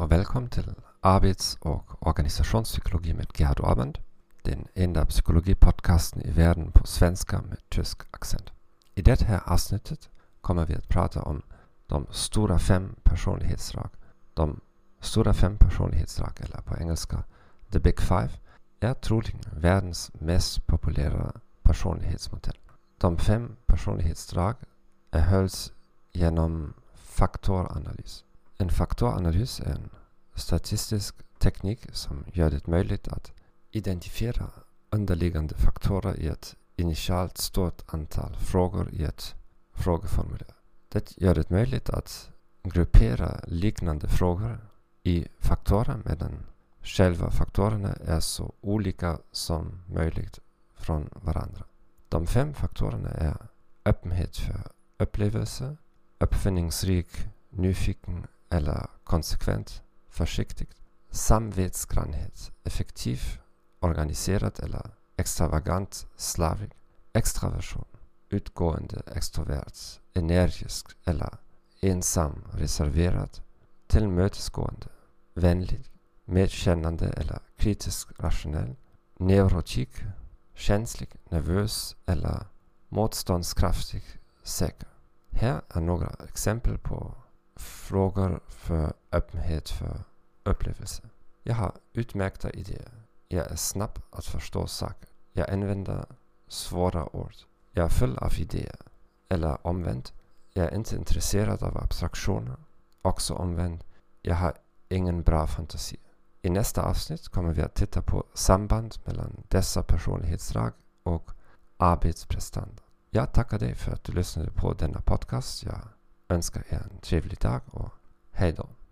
och välkommen till arbets- och organisationspsykologi med Gerhard Orband, den enda psykologipodcasten i världen på svenska med tysk accent. I det här avsnittet kommer vi att prata om de stora fem personlighetsdrag. De stora fem personlighetsdrag, eller på engelska The Big Five, är troligen världens mest populära personlighetsmodell. De fem personlighetsdrag erhölls genom faktoranalys. En faktoranalys är en statistisk teknik som gör det möjligt att identifiera underliggande faktorer i ett initialt stort antal frågor i ett frågeformulär. Det gör det möjligt att gruppera liknande frågor i faktorer medan själva faktorerna är så olika som möjligt från varandra. De fem faktorerna är öppenhet för upplevelse, uppfinningsrik, nyfiken eller konsekvent, försiktig, samvetsgrannhet, effektiv, organiserad eller extravagant, slavig, extraversion, utgående, extrovert, energisk eller ensam, reserverad, tillmötesgående, vänlig, medkännande eller kritisk rationell, neurotik, känslig, nervös eller motståndskraftig, säker. Här är några exempel på frågor för öppenhet för upplevelse. Jag har utmärkta idéer. Jag är snabb att förstå saker. Jag använder svåra ord. Jag är full av idéer. Eller omvänt, jag är inte intresserad av abstraktioner. Också omvänt, jag har ingen bra fantasi. I nästa avsnitt kommer vi att titta på samband mellan dessa personlighetsdrag och arbetsprestanda. Jag tackar dig för att du lyssnade på denna podcast. Jag önskar er en trevlig dag och hej då.